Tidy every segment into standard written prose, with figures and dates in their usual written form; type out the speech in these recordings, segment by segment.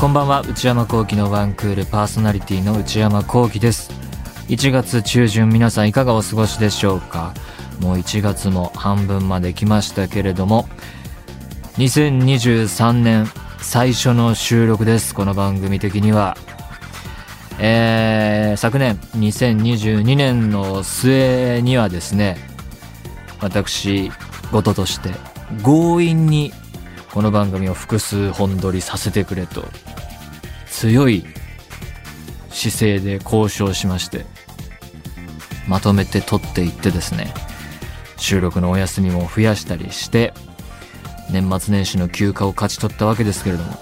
こんばんは。内山聖輝のワンクールパーソナリティの内山聖輝です。1月中旬、皆さんいかがお過ごしでしょうか。もう1月も半分まで来ましたけれども、2023年最初の収録です。この番組的には昨年2022年の末にはですね、私事として強引にこの番組を複数本撮りさせてくれと強い姿勢で交渉しまして、まとめて撮っていってですね、収録のお休みも増やしたりして年末年始の休暇を勝ち取ったわけですけれども、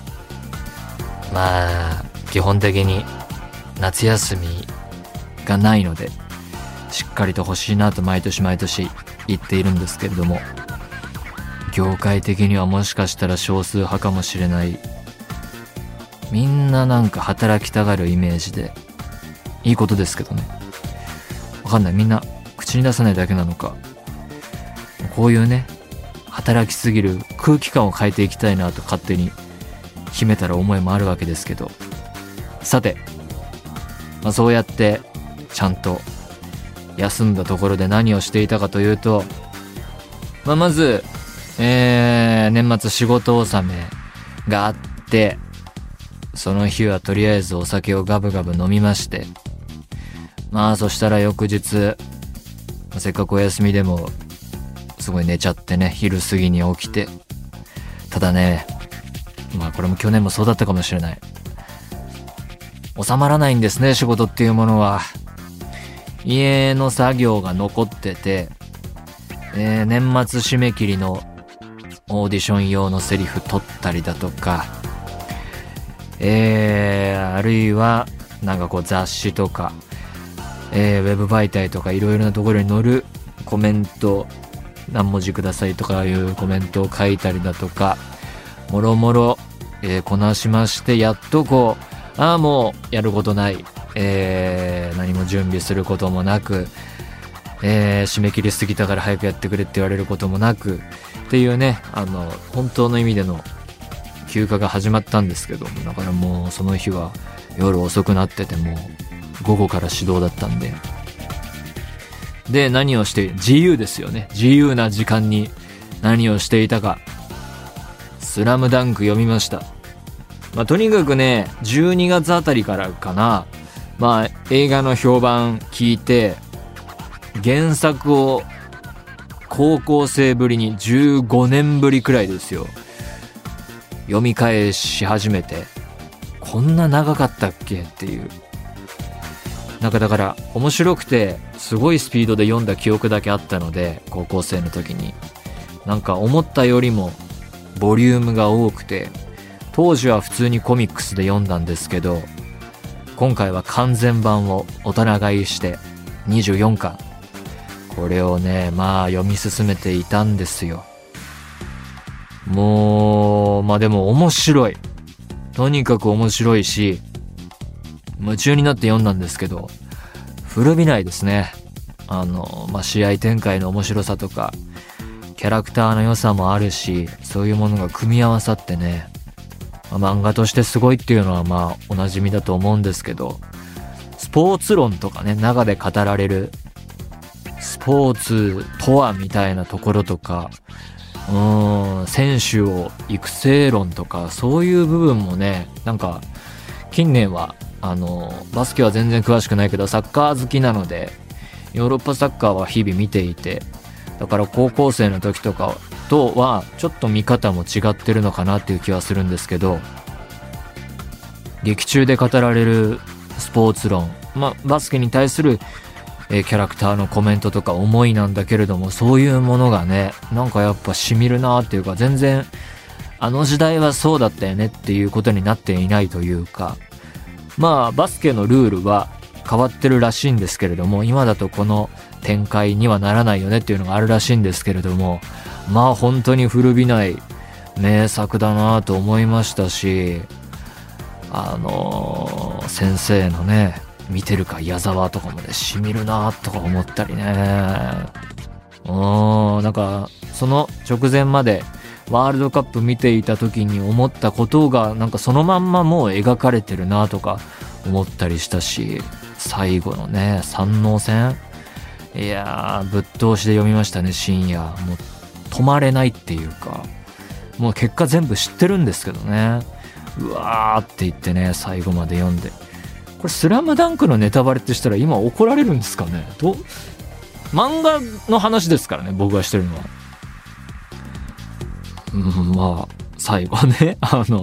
まあ基本的に夏休みがないのでしっかりと欲しいなと毎年言っているんですけれども、業界的にはもしかしたら少数派かもしれない、みんななんか働きたがるイメージで、いいことですけどね、わかんない、みんな口に出さないだけなのか、こういうね働きすぎる空気感を変えていきたいなと勝手に秘めたら思いもあるわけですけど、さて、そうやってちゃんと休んだところで何をしていたかというと、まず、年末仕事納めがあって、その日はとりあえずお酒をガブガブ飲みまして、そしたら翌日、せっかくお休みでもすごい寝ちゃってね、昼過ぎに起きて、ただね、これも去年もそうだったかもしれない、収まらないんですね、仕事っていうものは。家の作業が残ってて、年末締め切りのオーディション用のセリフ取ったりだとか、あるいはなんかこう雑誌とか、ウェブ媒体とかいろいろなところに載るコメント、何文字くださいとかいうコメントを書いたりだとか、もろもろこなしまして、やっとこうもうやることない、何も準備することもなく、締め切りすぎたから早くやってくれって言われることもなくっていうね、本当の意味での休暇が始まったんですけども、だからもうその日は夜遅くなってて、もう午後から始動だったんで、何をして自由ですよね。自由な時間に何をしていたか、スラムダンク読みました。とにかくね、12月あたりからかな、映画の評判聞いて、原作を高校生ぶりに15年ぶりくらいですよ、読み返し始めて、こんな長かったっけっていう、だから面白くてすごいスピードで読んだ記憶だけあったので、高校生の時に思ったよりもボリュームが多くて、当時は普通にコミックスで読んだんですけど、今回は完全版を大人買いして24巻、これをね読み進めていたんですよ。もうでも面白い、とにかく面白いし、夢中になって読んだんですけど、古びないですね。試合展開の面白さとかキャラクターの良さもあるし、そういうものが組み合わさってね、漫画としてすごいっていうのはおなじみだと思うんですけど、スポーツ論とかね、中で語られるスポーツとはみたいなところとか、選手を育成論とか、そういう部分もね、近年はバスケは全然詳しくないけどサッカー好きなので、ヨーロッパサッカーは日々見ていて、だから高校生の時とかとはちょっと見方も違ってるのかなっていう気はするんですけど、劇中で語られるスポーツ論、バスケに対するキャラクターのコメントとか思いなんだけれども、そういうものがね、やっぱ染みるなっていうか、全然あの時代はそうだったよねっていうことになっていないというか、バスケのルールは変わってるらしいんですけれども、今だとこの展開にはならないよねっていうのがあるらしいんですけれども、本当に古びない名作だなと思いましたし、先生のね、見てるか矢沢とかもね、しみるなとか思ったりね。その直前までワールドカップ見ていた時に思ったことがなんかそのまんまもう描かれてるなとか思ったりしたし、最後のね三能戦、いやーぶっ通しで読みましたね。深夜もう止まれないっていうか、もう結果全部知ってるんですけどね、うわーって言ってね最後まで読んで、これスラムダンクのネタバレってしたら今怒られるんですかね。漫画の話ですからね僕がしてるのは。まあ最後ね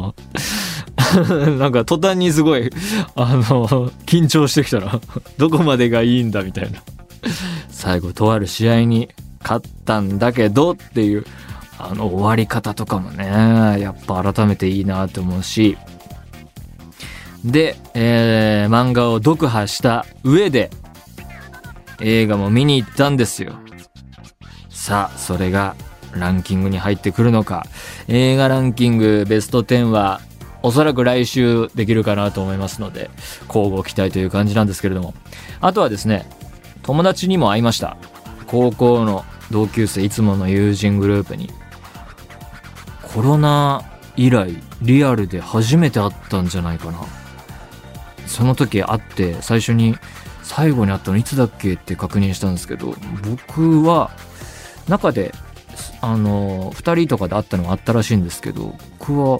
なんか途端にすごい緊張してきたらどこまでがいいんだみたいな、最後とある試合に勝ったんだけどっていう終わり方とかもねやっぱ改めていいなと思うし、で、漫画を読破した上で映画も見に行ったんですよ。さあそれがランキングに入ってくるのか。映画ランキングベスト10はおそらく来週できるかなと思いますので、交互期待という感じなんですけれども、あとはですね、友達にも会いました。高校の同級生、いつもの友人グループに。コロナ以来リアルで初めて会ったんじゃないかな。その時会って最初に最後に会ったのいつだっけって確認したんですけど、僕は中で2人とかで会ったのがあったらしいんですけど、僕は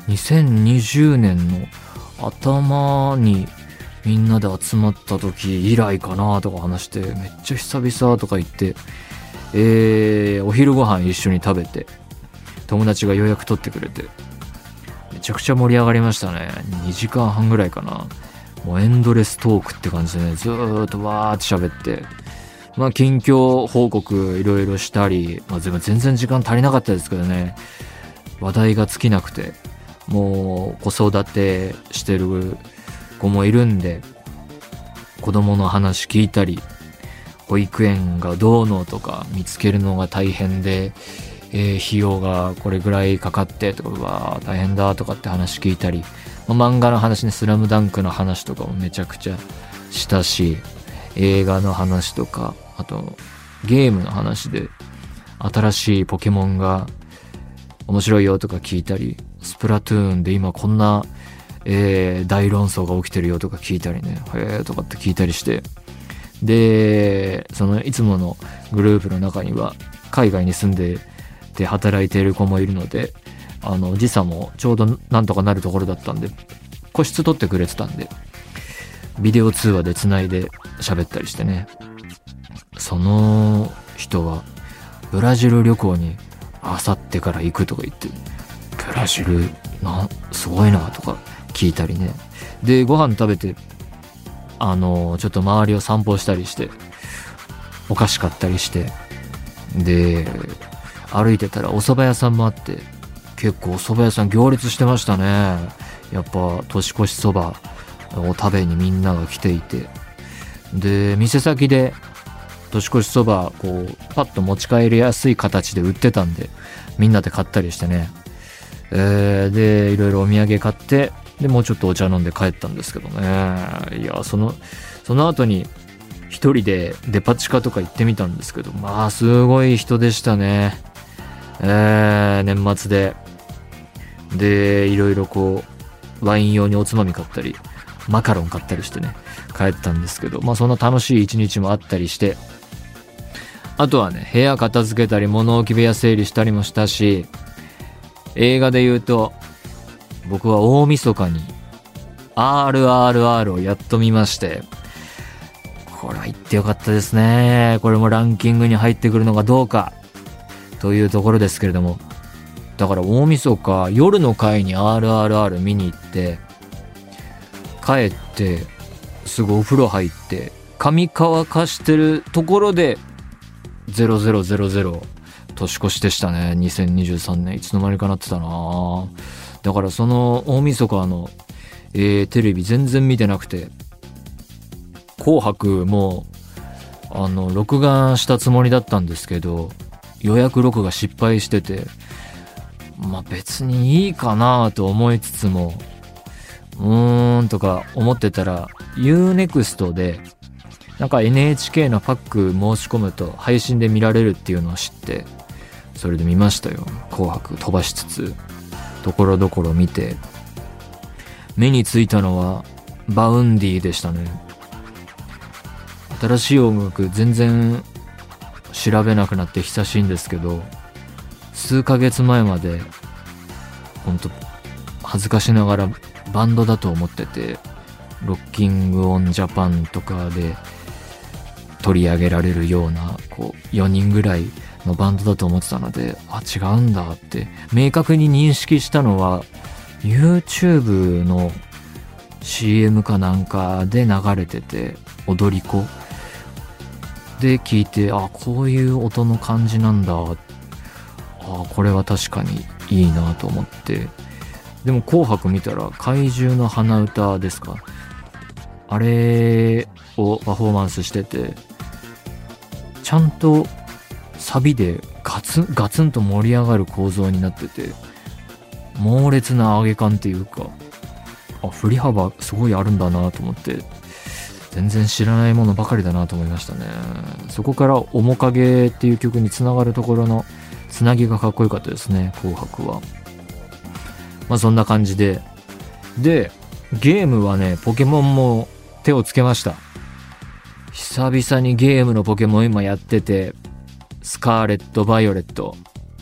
2020年の頭にみんなで集まった時以来かなとか話して、めっちゃ久々とか言って、お昼ご飯一緒に食べて、友達が予約取ってくれて、めちゃくちゃ盛り上がりましたね。2時間半ぐらいかな。もうエンドレストークって感じでね、ずーっとわーって喋って、まあ近況報告いろいろしたり、まあ全然時間足りなかったですけどね、話題が尽きなくて、もう子育てしてる子もいるんで、子供の話聞いたり、保育園がどうのとか見つけるのが大変で、費用がこれぐらいかかってとか、うわー大変だとかって話聞いたり、まあ、漫画の話ね、スラムダンクの話とかもめちゃくちゃしたし、映画の話とか、あとゲームの話で新しいポケモンが面白いよとか聞いたり、スプラトゥーンで今こんな、大論争が起きてるよとか聞いたりね、とかって聞いたりして、でそのいつものグループの中には海外に住んでて働いている子もいるので、時差もちょうどなんとかなるところだったんで個室取ってくれてたんで、ビデオ通話でつないで喋ったりしてね。その人はブラジル旅行にあさってから行くとか言って、ブラジルすごいなとか聞いたりね。でご飯食べてちょっと周りを散歩したりして、お菓子買ったりして、で歩いてたらお蕎麦屋さんもあって、結構お蕎麦屋さん行列してましたね。やっぱ年越しそばを食べにみんなが来ていて、で店先で年越しそばこうパッと持ち帰りやすい形で売ってたんで、みんなで買ったりしてね、でいろいろお土産買って、でもうちょっとお茶飲んで帰ったんですけどね。いやその後に一人でデパ地下とか行ってみたんですけど、まあすごい人でしたね。年末でいろいろこうワイン用におつまみ買ったりマカロン買ったりしてね帰ったんですけど、まあそんな楽しい一日もあったりして、あとはね部屋片付けたり物置部屋整理したりもしたし、映画で言うと僕は大晦日に RRR をやっと見まして、これは言ってよかったですね。これもランキングに入ってくるのかどうかというところですけれども、だから大晦日夜の回に RRR 見に行って、帰ってすぐお風呂入って髪乾かしてるところで0000年越しでしたね。2023年いつの間にかなってたな。だからその大晦日の、テレビ全然見てなくて、紅白も録画したつもりだったんですけど、予約録画失敗してて、まあ別にいいかなと思いつつもとか思ってたら Unext でなんか NHK のパック申し込むと配信で見られるっていうのを知って、 それで見ましたよ。紅白飛ばしつつところどころ見て、目についたのはバウンディでしたね。新しい音楽全然調べなくなって久しいんですけど、数ヶ月前までほんと恥ずかしながらバンドだと思ってて、ロッキングオンジャパンとかで取り上げられるようなこう4人ぐらいのバンドだと思ってたので、違うんだって明確に認識したのは YouTube の CM かなんかで流れてて、踊り子で聞いて、こういう音の感じなんだ、これは確かにいいなと思って。でも紅白見たら怪獣の花歌ですか、あれをパフォーマンスしてて、ちゃんとサビでガツンと盛り上がる構造になってて、猛烈な上げ感っていうか、振り幅すごいあるんだなと思って、全然知らないものばかりだなと思いましたね。そこから面影っていう曲につながるところのつなぎがかっこよかったですね、紅白は。そんな感じで、ゲームはね、ポケモンも手をつけました。久々にゲームのポケモン今やってて、スカーレット・バイオレット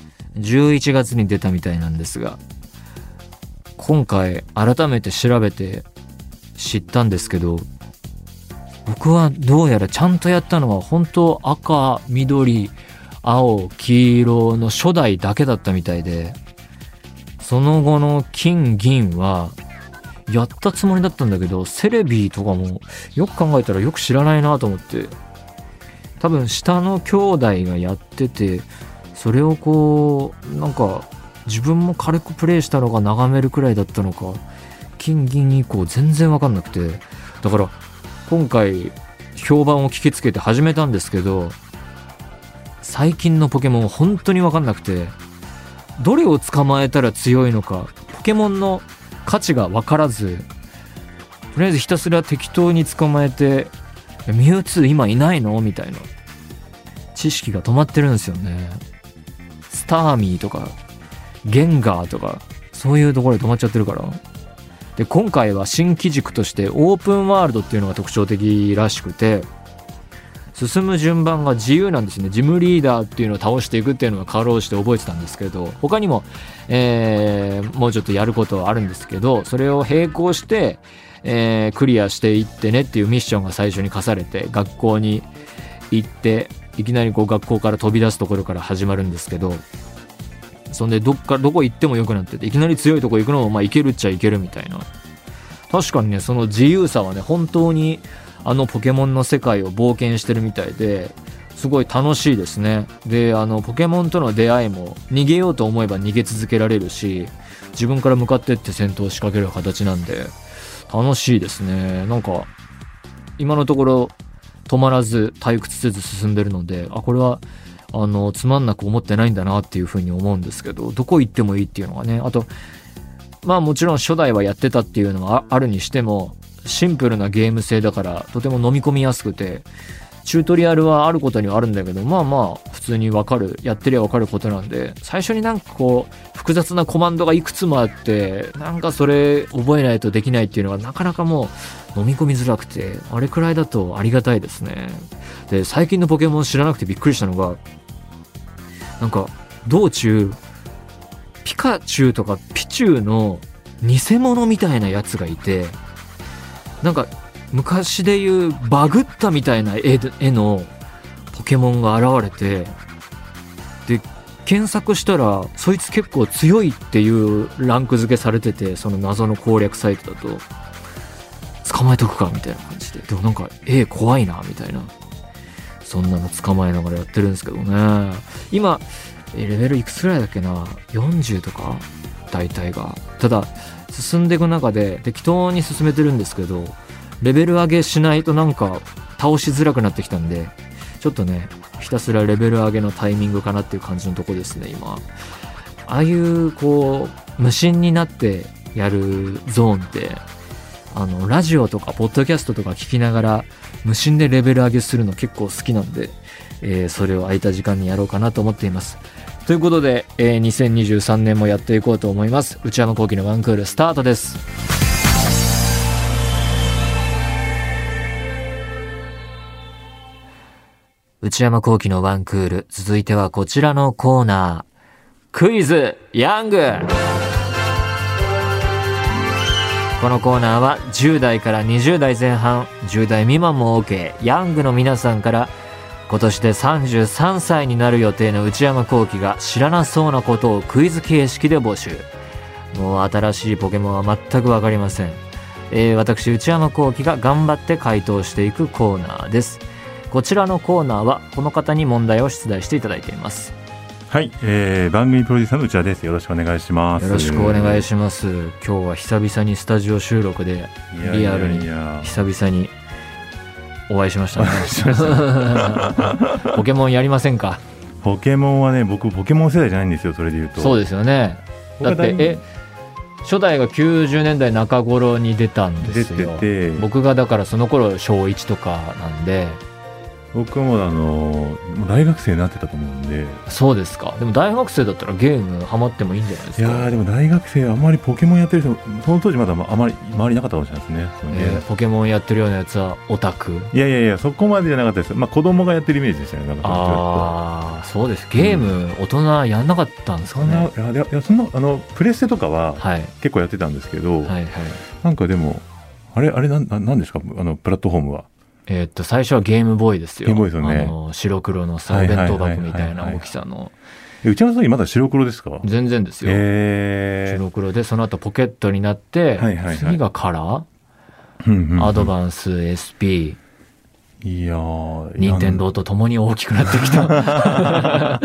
11月に出たみたいなんですが、今回改めて調べて知ったんですけど、僕はどうやらちゃんとやったのは本当赤、緑、青、黄色の初代だけだったみたいで、その後の金、銀はやったつもりだったんだけど、セレビーとかもよく考えたらよく知らないなと思って、多分下の兄弟がやってて、それをこうなんか自分も軽くプレイしたのが眺めるくらいだったのか、金銀以降全然わかんなくて、だから今回評判を聞きつけて始めたんですけど、最近のポケモン本当にわかんなくて、どれを捕まえたら強いのか、ポケモンの価値が分からず、とりあえずひたすら適当に捕まえて、ミュウツー今いないのみたいな知識が止まってるんですよね。スターミーとかゲンガーとかそういうところで止まっちゃってるから。で今回は新機軸としてオープンワールドっていうのが特徴的らしくて、進む順番が自由なんですね。ジムリーダーっていうのを倒していくっていうのはかろうじて覚えてたんですけど、他にも、もうちょっとやることはあるんですけど、それを並行して、クリアしていってねっていうミッションが最初に課されて、学校に行っていきなりこう学校から飛び出すところから始まるんですけど、そんでどこ行ってもよくなってて、いきなり強いとこ行くのも行けるっちゃ行けるみたいな。確かにね、その自由さはね、本当にポケモンの世界を冒険してるみたいで、すごい楽しいですね。でポケモンとの出会いも逃げようと思えば逃げ続けられるし、自分から向かってって戦闘を仕掛ける形なんで楽しいですね。なんか今のところ止まらず退屈せず進んでるので、これはつまんなく思ってないんだなっていうふうに思うんですけど、どこ行ってもいいっていうのがね。あともちろん初代はやってたっていうのはあるにしても、シンプルなゲーム性だからとても飲み込みやすくて、チュートリアルはあることにはあるんだけど、普通にわかる、やってりゃわかることなんで、最初になんかこう複雑なコマンドがいくつもあって、なんかそれ覚えないとできないっていうのはなかなかもう飲み込みづらくて、あれくらいだとありがたいですね。で最近のポケモン知らなくてびっくりしたのが、なんか道中ピカチュウとかピチュウの偽物みたいなやつがいて、なんか昔でいうバグったみたいな絵のポケモンが現れて、で検索したらそいつ結構強いっていうランク付けされてて、その謎の攻略サイトだと捕まえとくかみたいな感じで、でもなんか怖いなみたいな、そんなの捕まえながらやってるんですけどね。今レベルいくつぐらいだっけな、40とか大体が。ただ進んでいく中で適当に進めてるんですけど、レベル上げしないとなんか倒しづらくなってきたんで、ちょっとねひたすらレベル上げのタイミングかなっていう感じのとこですね今。ああいうこう無心になってやるゾーンってラジオとかポッドキャストとか聞きながら無心でレベル上げするの結構好きなんで、それを空いた時間にやろうかなと思っています。 ということで、2023年もやっていこうと思います。内山聖輝のワンクールスタートです。内山聖輝のワンクール、続いてはこちらのコーナー、クイズヤング。このコーナーは10代から20代前半、10代未満も OK、 ヤングの皆さんから今年で33歳になる予定の内山聖輝が知らなそうなことをクイズ形式で募集。もう新しいポケモンは全くわかりません。私内山聖輝が頑張って回答していくコーナーです。こちらのコーナーはこの方に問題を出題していただいています。 はい、番組プロデューサーの内田です。よろしくお願いします。 よろしくお願いします。今日は久々にスタジオ収録でリアルに久々にお会いしましたね。ポケモンやりませんか？ ポケモンはね、僕ポケモン世代じゃないんですよ。それで言うと。 そうですよね。だって初代が90年代中頃に出たんですよ。出てて、僕がだからその頃小1とかなんで。 僕ももう大学生になってたと思うんで。 そうですか。でも大学生だったらゲームハマってもいいんじゃないですか。 いやでも大学生あんまりポケモンやってる人、その当時まだあまり周りなかったかもしれないですね。 ポケモンやってるようなやつはオタク。 いやそこまでじゃなかったです。子供がやってるイメージでしたね。なんかああ、そうです。ゲーム、大人やんなかったんですかね。 そのプレステとかは結構やってたんですけど、なんかでもあれなんですか、プラットフォームは。 最初はゲームボーイですよ。 ゲームボーイですよね。 白黒のさ、お弁当箱みたいな大きさの。 内山さんまだ白黒ですか？ 全然ですよ。白黒で、その後ポケットになって、次がカラー、アドバンス SP。いやー、任天堂と共に大きくなってきた。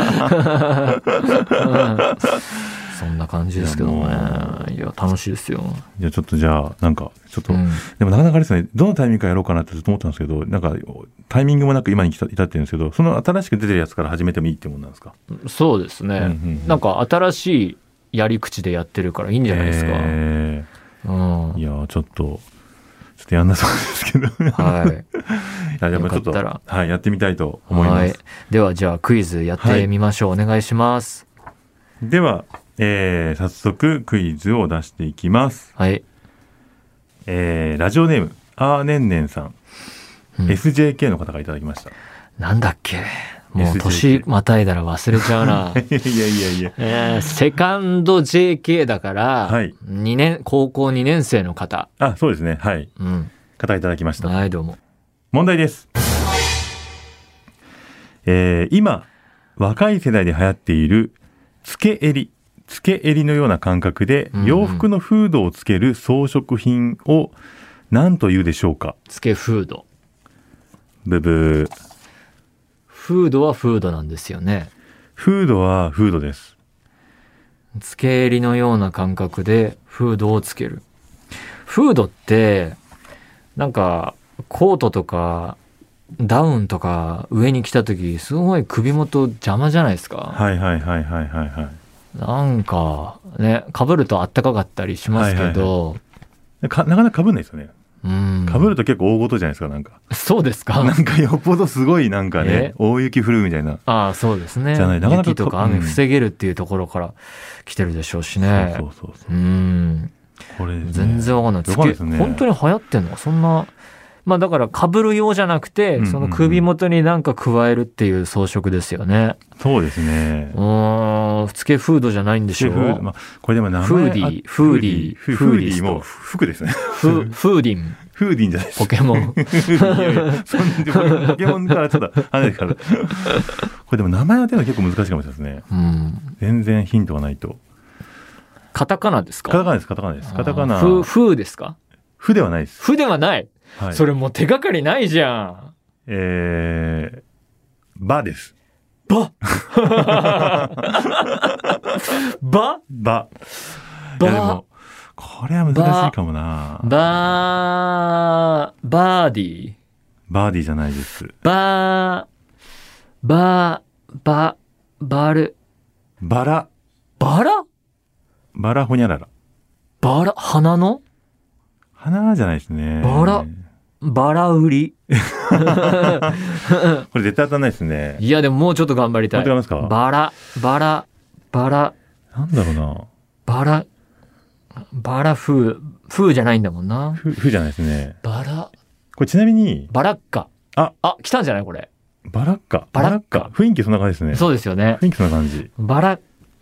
そんな感じですけどね。いや楽しいですよ。 じゃあちょっとでもなかなかですね、どのタイミングかやろうかなってずっと思ったんですけど、なんかタイミングもなく今に至ってるんですけど、その新しく出てるやつから始めてもいいってもんなんですか？そうですね。なんか新しいやり口でやってるからいいんじゃないですか。いやちょっとやんなそうですけど。はい。いやでもちょっとやってみたいと思います。 ではじゃあクイズやってみましょう。お願いします。 では、早速クイズを出していきます。 はい。 ラジオネームねんねんさん、SJK の方がいただきました。 なんだっけ、もう年またいだら忘れちゃうな。いやセカンド JK だから、高校2年生の方。 そうですね。はい。方いただきました。 はい、どうも。 問題です。今若い世代で流行っているつけ襟のような感覚で洋服のフードをつける装飾品を何というでしょうか？ つけフード。 ブブー。 フードはフードなんですよね。 フードはフードです。 つけ襟のような感覚でフードをつける。フードってなんかコートとかダウンとか上に着た時すごい首元邪魔じゃないですか。なんかね、被るとあったかかったりしますけど、 なかなか被んないですよね。被ると結構大事じゃないですか。なんかそうですか。 なんかよっぽどすごいなんかね、大雪降るみたいな。 そうですね。 じゃない、なかなか雪とか雨防げるっていうところから来てるでしょうしね。 そう。 これ全然わかんない。本当に流行ってんの？そんな。だから被る用じゃなくて、その首元になんか加えるっていう装飾ですよね。 そうですね。 つけフードじゃないんでしょう。 これでも名前フーディーも服ですね。 フーディンじゃないです。 ポケモン。 ポケモンからちょっと離れてから。これでも名前当てるの結構難しいかもしれないですね。全然ヒントがないと。 カタカナですか？ カタカナです。カタカナ。 フーですか？ フではないです。 フではない。それもう手がかりないじゃん。 バです。 バいやでもこれは難しいかもな。 バーディーじゃないです。 バラほにゃらら。 花じゃないですね。 バラ売りこれ絶対当たんないですね。 いやでももうちょっと頑張りたい。 当てますか？ バラなんだろうな。 バラ風じゃないんだもんな。 風じゃないですね。 バラ。 これちなみに。 バラッカ。 あ、 来たんじゃないこれ。 バラッカ。雰囲気そんな感じですね。 そうですよね。 雰囲気そんな感じ。 バラ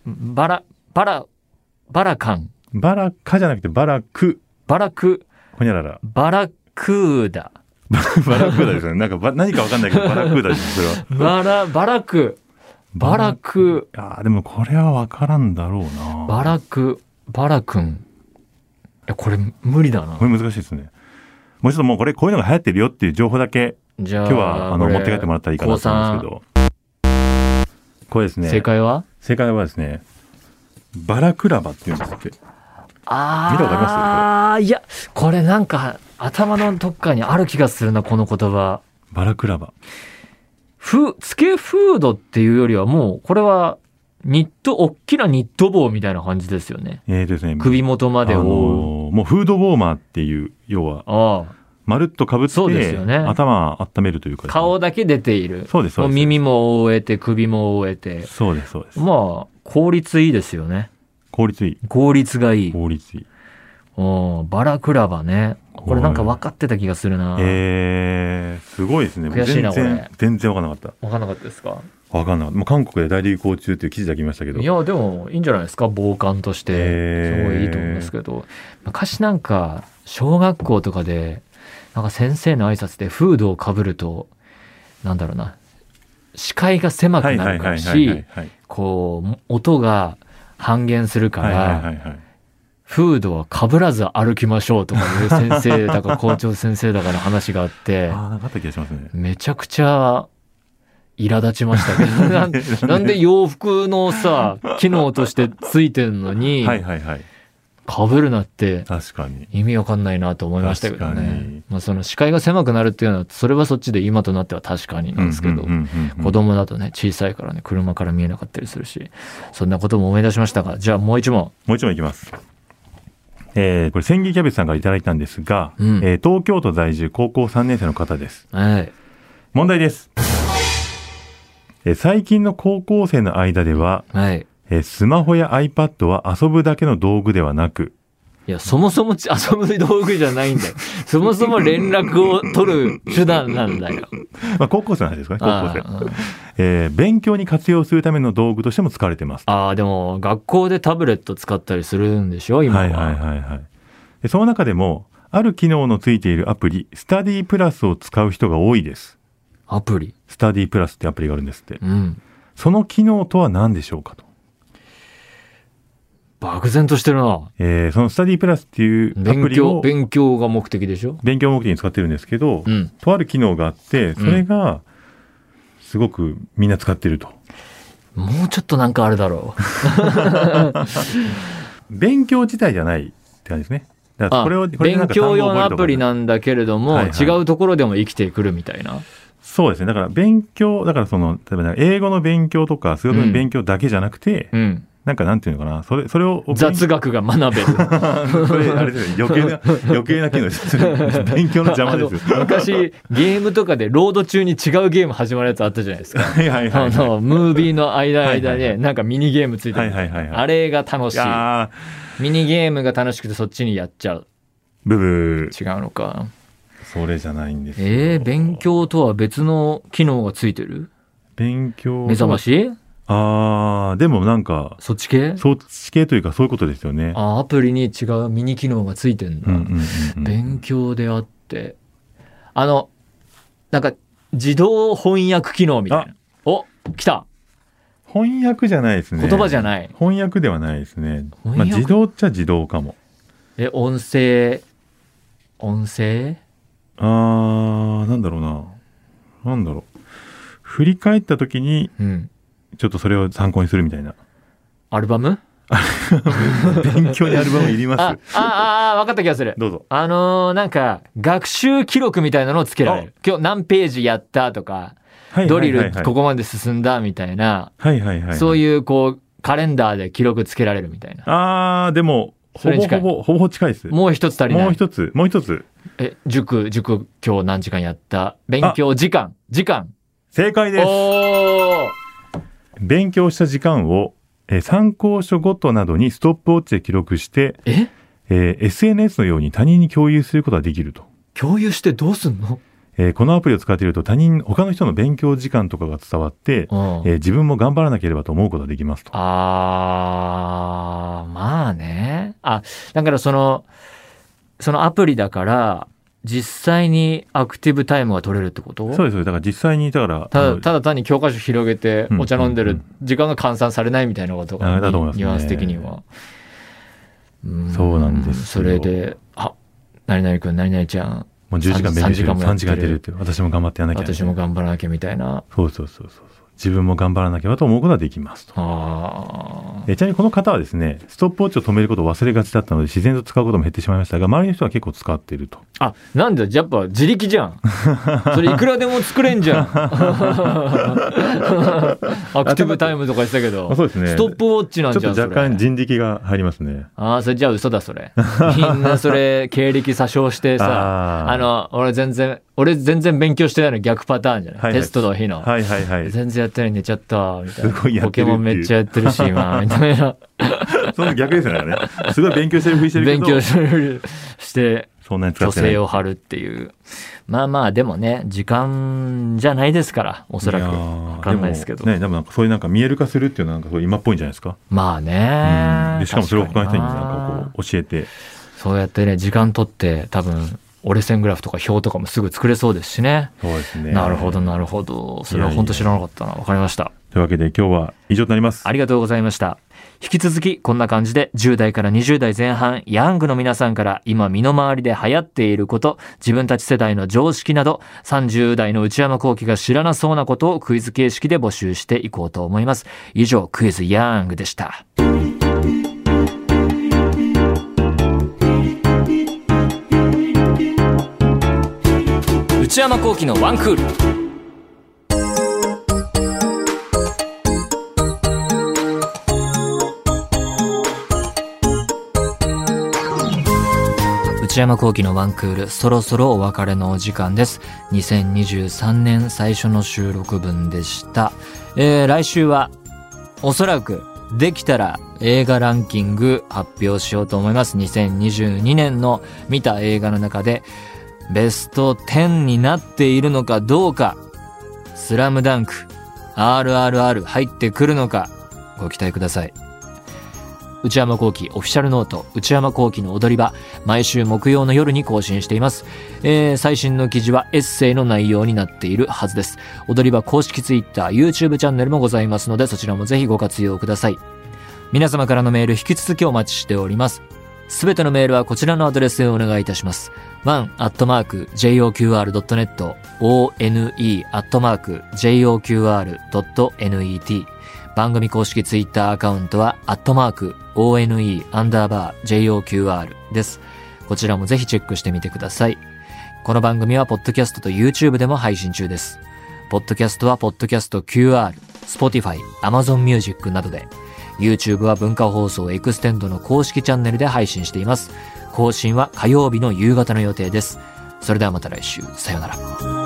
カン。 バラカじゃなくてバラク。ほにゃらら。 バラクーダ。 バラクーダですよね。なんか何かわかんないけどバラクーダです、それは。バラク。 でもこれはわからんだろうな。 バラくん。いや、これ無理だな。 これ難しいですね。もうちょっともうこういうのが流行ってるよっていう情報だけ、今日は持って帰ってもらったらいいかなと思うんですけど。これですね。 正解はですね、バラクラバっていうんですって。見たことあります？いや、これなんか頭のどっかにある気がするな、この言葉。 バラクラバ。 つけフードっていうよりはもう、これは大きなニット帽みたいな感じですよね。 ですね。 首元までもうフードウォーマーっていう、要は、まるっとかぶって、そうですよね、頭温めるというか、ね、顔だけ出ている。そうです、そうです。耳も覆えて、首も覆えて。そうです、そうです。まあ、効率いいですよね。効率がいい。バラクラバね。これなんか分かってた気がするな。すごいですね。悔しいな、これ。全然分かんなかった。分かんなかったですか？分かんなかった。もう韓国で大流行中っていう記事だけ見ましたけど。いや、でもいいんじゃないですか、傍観として。すごいいいと思いますけど。昔なんか、小学校とかで、なんか先生の挨拶でフードをかぶると、なんだろうな、視界が狭くなるし、こう、音が半減するから、フードはかぶらず歩きましょうとかいう先生だか校長先生だかの話があって、めちゃくちゃ苛立ちましたけど、なんで洋服のさ、機能としてついてるのに、かぶるなって意味わかんないなと思いましたけどね。まあその視界が狭くなるっていうのは、それはそっちで今となっては確かになんですけど、子供だとね、小さいからね、車から見えなかったりするし、そんなことも思い出しましたが、じゃあもう一問いきます。これ千切りキャベツさんからいただいたんですが、東京都在住高校3年生の方です。問題です。最近の高校生の間では、スマホや iPad は遊ぶだけの道具ではなく、いや、そもそも遊ぶ道具じゃないんだよ。そもそも連絡を取る手段なんだよ。まあ高校生の話ですかね、高校生。勉強に活用するための道具としても使われています。でも学校でタブレット使ったりするんでしょ、今は。その中でも、ある機能のついているアプリ、スタディプラスを使う人が多いです。アプリ？スタディプラスってアプリがあるんですって。その機能とは何でしょうかと。漠然としてるな。そのスタディプラスっていうアプリを勉強が目的でしょ。勉強目的に使ってるんですけど、とある機能があって、それがすごくみんな使ってると。もうちょっとなんかあるだろう。勉強自体じゃないって感じですね。だからこれ勉強用のアプリなんだけれども、違うところでも生きてくるみたいな。そうですね。だから例えば英語の勉強とか数学の勉強だけじゃなくて、なんていうのかな、それを雑学が学べる。それあれですね、余計な機能です。勉強の邪魔です。昔ゲームとかでロード中に違うゲーム始まるやつあったじゃないですか。ムービーの間でなんかミニゲームついてる。あれが楽しい。ミニゲームが楽しくてそっちにやっちゃう。違うのか。それじゃないんですよ。勉強とは別の機能がついてる？目覚まし？でもなんかそっち系というかそういうことですよね。アプリに違うミニ機能がついてんだ。勉強であってなんか自動翻訳機能みたいな。来た。翻訳じゃないですね。言葉じゃない。翻訳ではないですね。自動っちゃ自動かも。音声なんだろう。振り返った時に、ちょっとそれを参考にするみたいな。アルバム？勉強にアルバムいります？分かった気がする。どうぞ。なんか学習記録みたいなのをつけられる。今日何ページやったとか、ドリルここまで進んだみたいな、そういうこうカレンダーで記録つけられるみたいな。でもそれに近い。 ほぼ近いです。 もう一つ足りない。 もう一つ。 塾今日何時間やった？勉強時間。 正解です。勉強した時間を、参考書ごとなどにストップウォッチで記録して、SNS のように他人に共有することができると。 共有してどうすんの？ このアプリを使っていると他の人の勉強時間とかが伝わって、自分も頑張らなければと思うことができますと。 まあね。だからそのアプリだから実際にアクティブタイムが取れるってこと？ そうです。だから実際にただ単に教科書広げてお茶飲んでる時間が換算されないみたいなことが、 だと思いますね、 ニュアンス的には。 そうなんですそれで何々くん何々ちゃんもう10時間勉強してる、3時間やってるって、私も頑張ってやらなきゃ、 私も頑張らなきゃみたいな。 そう自分も頑張らなきゃと思うことができますと。ちなみにこの方はですね、ストップウォッチを止めることを忘れがちだったので自然と使うことも減ってしまいましたが、周りの人は結構使っていると。 なんだ、やっぱ自力じゃん。それいくらでも作れんじゃん。アクティブタイムとか言ってたけど、 そうですね、 ストップウォッチなんじゃん。 ちょっと若干人力が入りますね。 それじゃあ嘘だそれ。みんなそれ経歴詐称してさ、俺全然勉強してないの逆パターンじゃない、テストの日の、全然やってない寝ちゃったみたいな。ポケモンめっちゃやってるし今みたいな。 その逆ですよね。すごい勉強してるふりしてるけど、 勉強して虚勢を張るっていう。まあでもね、時間じゃないですからおそらく。分かんないですけど、 でもなんかそういう見える化するっていうのはなんか今っぽいんじゃないですか。 まあね、 でしかもそれを他の人になんかこう教えて、 そうやってね時間取って多分折れ線グラフとか表とかもすぐ作れそうですしね。 そうですね。 なるほど。それは本当知らなかったな。わかりました。 というわけで今日は以上となります。 ありがとうございました。引き続きこんな感じで10代から20代前半ヤングの皆さんから今身の回りで流行っていること、自分たち世代の常識など30代の内山聖輝が知らなそうなことをクイズ形式で募集していこうと思います。以上クイズヤングでした。内山聖輝のワンクール。内山聖輝のワンクール、そろそろお別れのお時間です。2023年最初の収録分でした。来週はおそらくできたら映画ランキング発表しようと思います。2022年の見た映画の中でベスト10になっているのかどうか、スラムダンク、RRR 入ってくるのかご期待ください。内山聖輝オフィシャルノート、内山聖輝の踊り場、毎週木曜の夜に更新しています。最新の記事はエッセイの内容になっているはずです。踊り場公式ツイッター、YouTube チャンネルもございますので、そちらもぜひご活用ください。皆様からのメール引き続きお待ちしております。すべてのメールはこちらのアドレスへお願いいたします。one@joqr.net one@joqr.net 番組公式ツイッターアカウントは@one_joqr です。こちらもぜひチェックしてみてください。この番組はポッドキャストと YouTube でも配信中です。ポッドキャストはポッドキャスト QR、Spotify、Amazon Music などで、YouTube は文化放送エクステンドの公式チャンネルで配信しています。更新は火曜日の夕方の予定です。それではまた来週、さようなら。